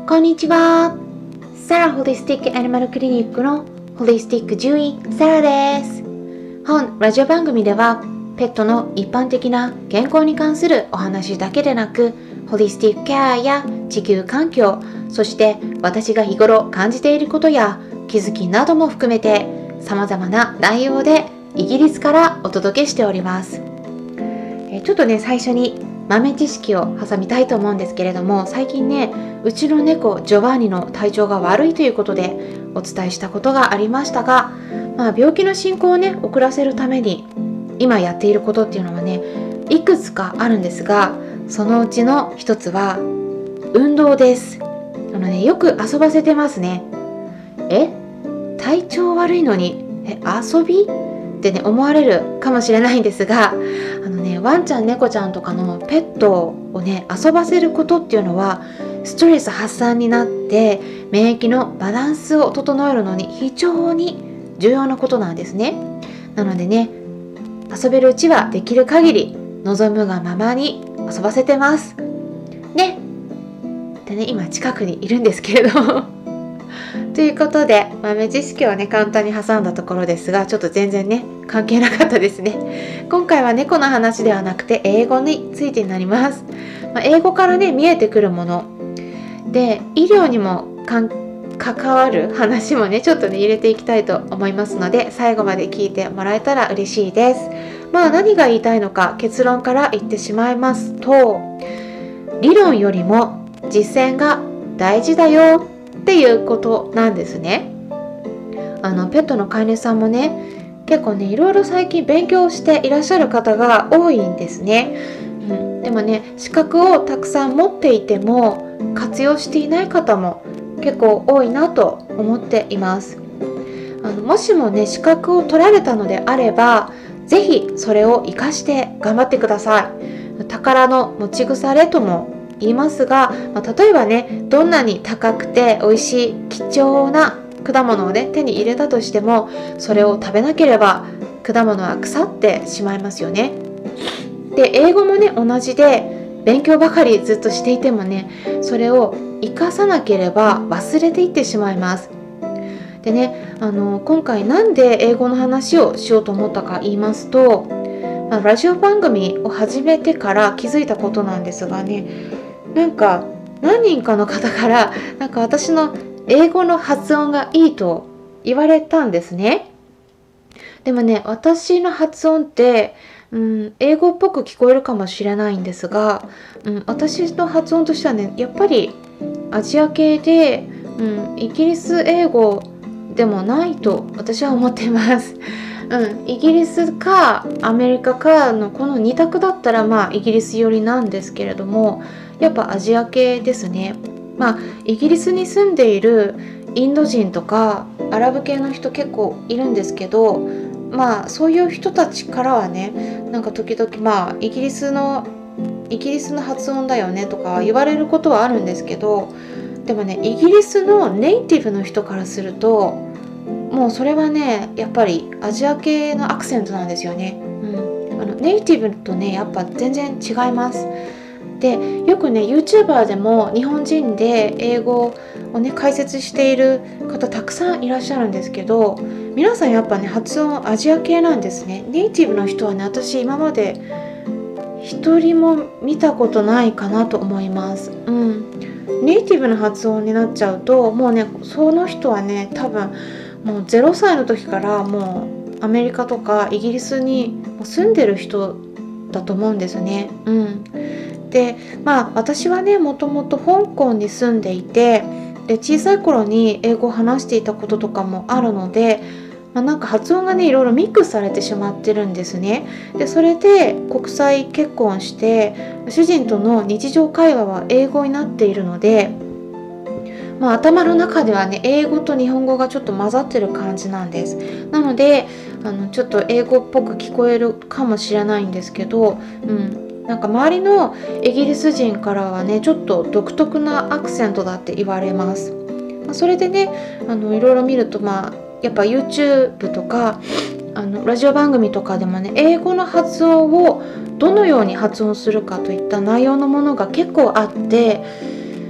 こんにちは。サラホリスティックアニマルクリニックのホリスティック獣医サラです。本ラジオ番組ではペットの一般的な健康に関するお話だけでなく、ホリスティックケアや地球環境、そして私が日頃感じていることや気づきなども含めて様々な内容でイギリスからお届けしております。ちょっとね、最初に豆知識を挟みたいと思うんですけれども、最近ね、うちの猫ジョバンニの体調が悪いということでお伝えしたことがありましたが、病気の進行をね遅らせるために今やっていることっていうのはね、いくつかあるんですが、そのうちの一つは運動です。よく遊ばせてますね。体調悪いのに遊びってね思われるかもしれないんですが、ワンちゃん猫ちゃんとかのペットをね遊ばせることっていうのはストレス発散になって免疫のバランスを整えるのに非常に重要なことなんですね。なのでね、遊べるうちはできる限り望むがままに遊ばせてますね。でね、今近くにいるんですけれどということで豆知識をね簡単に挟んだところですが、ちょっと全然ね関係なかったですね。今回は猫の話ではなくて英語についてになります。英語からね見えてくるもので、医療にも関わる話もねちょっとね入れていきたいと思いますので、最後まで聞いてもらえたら嬉しいです。何が言いたいのか結論から言ってしまいますと、理論よりも実践が大事だよっていうことなんですね。ペットの飼い主さんもね結構ねいろいろ最近勉強していらっしゃる方が多いんですね。でもね、資格をたくさん持っていても活用していない方も結構多いなと思っています。もしもね資格を取られたのであれば、ぜひそれを活かして頑張ってください。宝の持ち腐れとも言いますが、例えばねどんなに高くて美味しい貴重な果物をね手に入れたとしても、それを食べなければ果物は腐ってしまいますよね。で、英語もね同じで、勉強ばかりずっとしていてもねそれを活かさなければ忘れていってしまいます。でね、今回なんで英語の話をしようと思ったか言いますと、ラジオ番組を始めてから気づいたことなんですがね、何人かの方から私の英語の発音がいいと言われたんですね。でもね、私の発音って英語っぽく聞こえるかもしれないんですが、私の発音としてはねやっぱりアジア系で、イギリス英語でもないと私は思っています。イギリスかアメリカかのこの2択だったらイギリス寄りなんですけれども、やっぱアジア系ですね。イギリスに住んでいるインド人とかアラブ系の人結構いるんですけど、そういう人たちからはね時々イギリスの発音だよねとか言われることはあるんですけど、でもねイギリスのネイティブの人からするともうそれはねやっぱりアジア系のアクセントなんですよね。ネイティブとねやっぱ全然違います。で、よくね YouTuber でも日本人で英語をね解説している方たくさんいらっしゃるんですけど、皆さんやっぱね発音アジア系なんですね。ネイティブの人はね私今まで一人も見たことないかなと思います。ネイティブの発音になっちゃうともうねその人はね多分もう0歳の時からもうアメリカとかイギリスに住んでる人だと思うんですね。で、私はねもともと香港に住んでいて、で小さい頃に英語を話していたこととかもあるので、発音がねいろいろミックスされてしまってるんですね。でそれで国際結婚して主人との日常会話は英語になっているので、頭の中ではね英語と日本語がちょっと混ざってる感じなんです。なのでちょっと英語っぽく聞こえるかもしれないんですけど、周りのイギリス人からはねちょっと独特なアクセントだって言われます。それでねいろいろ見るとやっぱ YouTube とかラジオ番組とかでもね英語の発音をどのように発音するかといった内容のものが結構あって、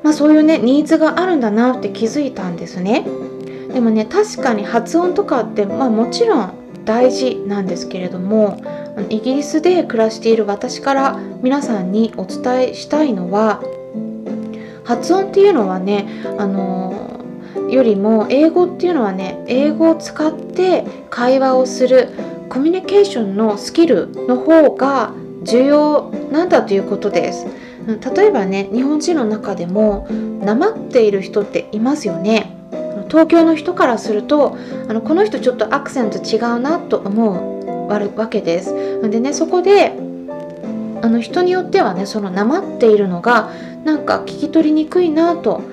そういうねニーズがあるんだなって気づいたんですね。でもね確かに発音とかって、もちろん大事なんですけれども、イギリスで暮らしている私から皆さんにお伝えしたいのは、発音っていうのはねよりも英語っていうのはね、英語を使って会話をするコミュニケーションのスキルの方が重要なんだということです。例えばね日本人の中でもなまっている人っていますよね。東京の人からするとこの人ちょっとアクセント違うなと思うわけです。でねそこで人によってはねそのなまっているのがなんか聞き取りにくいなと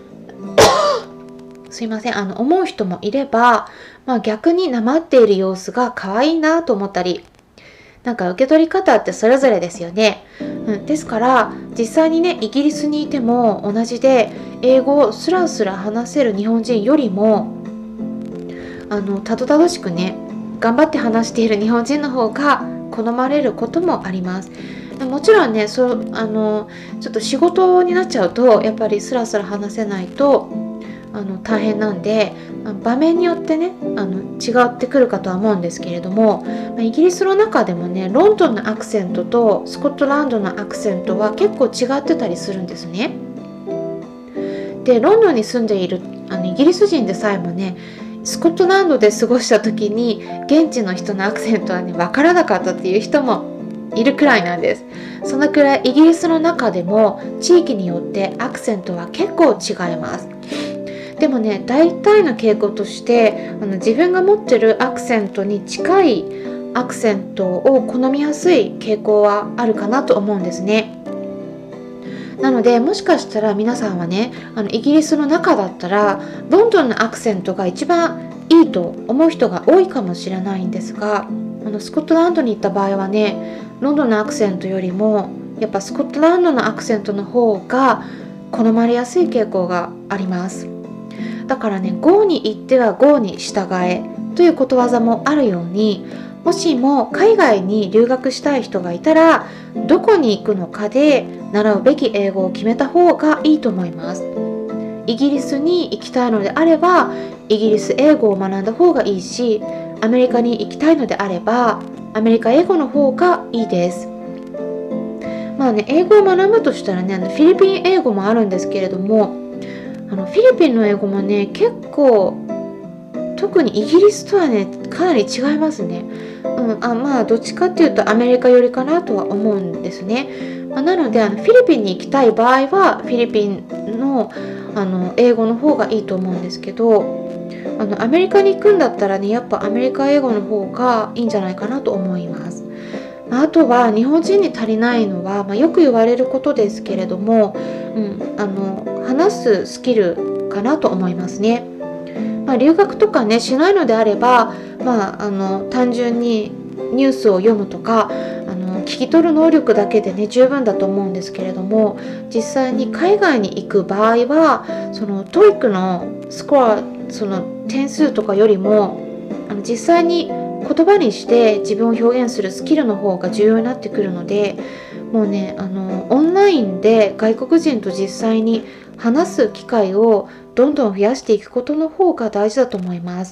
すいません思う人もいれば、逆になまっている様子が可愛いなと思ったり、なんか受け取り方ってそれぞれですよね。ですから実際にねイギリスにいても同じで英語をスラスラ話せる日本人よりもたどたどしくね頑張って話している日本人の方が好まれることもあります。もちろんねちょっと仕事になっちゃうとやっぱりスラスラ話せないと大変なんで場面によってね違ってくるかとは思うんですけれども、イギリスの中でもねロンドンのアクセントとスコットランドのアクセントは結構違ってたりするんですね。でロンドンに住んでいるイギリス人でさえもねスコットランドで過ごした時に現地の人のアクセントはね分からなかったっていう人もいるくらいなんです。そのくらいイギリスの中でも地域によってアクセントは結構違います。でもね大体の傾向として自分が持ってるアクセントに近いアクセントを好みやすい傾向はあるかなと思うんですね。なのでもしかしたら皆さんはねイギリスの中だったらロンドンのアクセントが一番いいと思う人が多いかもしれないんですが、スコットランドに行った場合はねロンドンのアクセントよりもやっぱスコットランドのアクセントの方が好まれやすい傾向があります。だからね Go に行っては Go に従えということわざもあるように、もしも海外に留学したい人がいたらどこに行くのかで習うべき英語を決めた方がいいと思います。イギリスに行きたいのであればイギリス英語を学んだ方がいいし、アメリカに行きたいのであればアメリカ英語の方がいいです。英語を学ぶとしたらねフィリピン英語もあるんですけれども、フィリピンの英語もね結構特にイギリスとはねかなり違いますね。どっちかっていうとアメリカ寄りかなとは思うんですね。なのでフィリピンに行きたい場合はフィリピンの英語の方がいいと思うんですけど、アメリカに行くんだったらねやっぱアメリカ英語の方がいいんじゃないかなと思います。あとは日本人に足りないのは、よく言われることですけれども、話すスキルかなと思いますね。留学とかねしないのであれば、単純にニュースを読むとか聞き取る能力だけでね十分だと思うんですけれども、実際に海外に行く場合はその TOEIC のスコアその点数とかよりも実際に言葉にして自分を表現するスキルの方が重要になってくるので、もうねオンラインで外国人と実際に話す機会をどんどん増やしていくことの方が大事だと思います。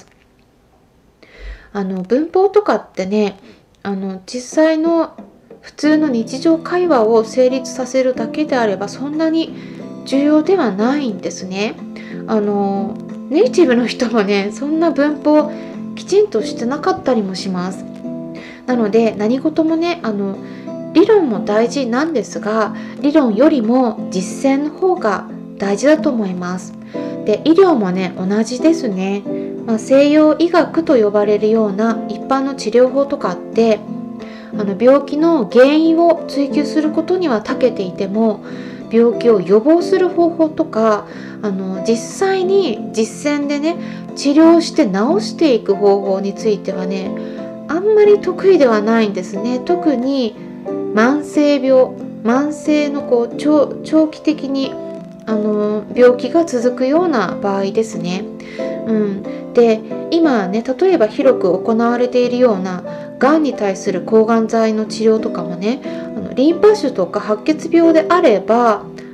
文法とかってね実際の普通の日常会話を成立させるだけであればそんなに重要ではないんですね。ネイティブの人もねそんな文法きちんとしてなかったりもします。なので何事もね理論も大事なんですが、理論よりも実践の方が大事だと思います。で医療もね同じですね。西洋医学と呼ばれるような一般の治療法とかって病気の原因を追求することには長けていても、病気を予防する方法とか実際に実践でね治療して治していく方法についてはねあんまり得意ではないんですね。特に慢性病、慢性の長期的に病気が続くような場合ですね。で今ね例えば広く行われているようながんに対する抗がん剤の治療とかもねリンパ腫とか白血病であれば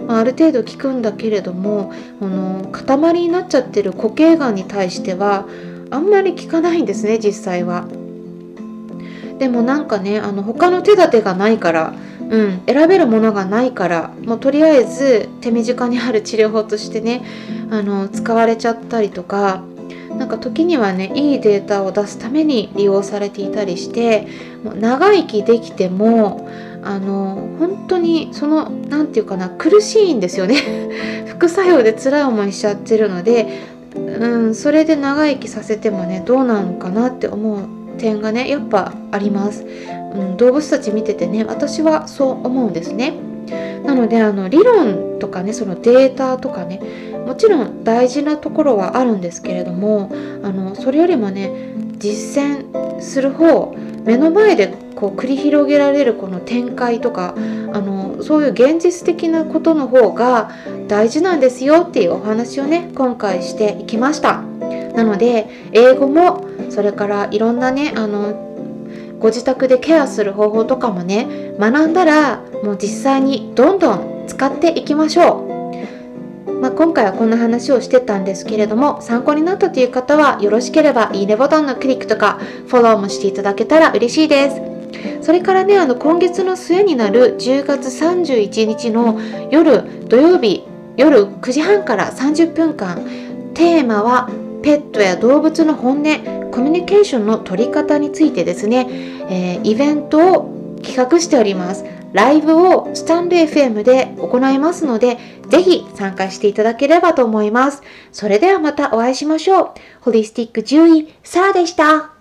ある程度効くんだけれども、塊になっちゃってる固形がんに対してはあんまり効かないんですね、実際は。でもなんかね、他の手立てがないから、選べるものがないから、もうとりあえず手短にある治療法としてね、使われちゃったりとか、なんか時にはね、いいデータを出すために利用されていたりして、もう長生きできても本当になんていうかな、苦しいんですよね副作用で辛い思いしちゃってるので、それで長生きさせてもね、どうなのかなって思う点がね、やっぱあります。動物たち見ててね、私はそう思うんですね。なので理論とかね、そのデータとかね、もちろん大事なところはあるんですけれども、それよりもね、実践する方、目の前でこう繰り広げられるこの展開とか、そういう現実的なことの方が大事なんですよっていうお話をね、今回していきました。なので英語も、それからいろんなね、ご自宅でケアする方法とかもね、学んだらもう実際にどんどん使っていきましょう。今回はこんな話をしてたんですけれども、参考になったという方はよろしければいいねボタンのクリックとかフォローもしていただけたら嬉しいです。それからね、今月の末になる10月31日の土曜日夜9時半から30分間、テーマはペットや動物の本音、コミュニケーションの取り方についてですね、イベントを企画しております。ライブをスタンド FM で行いますので、ぜひ参加していただければと思います。それではまたお会いしましょう。ホリスティック獣医、サラでした。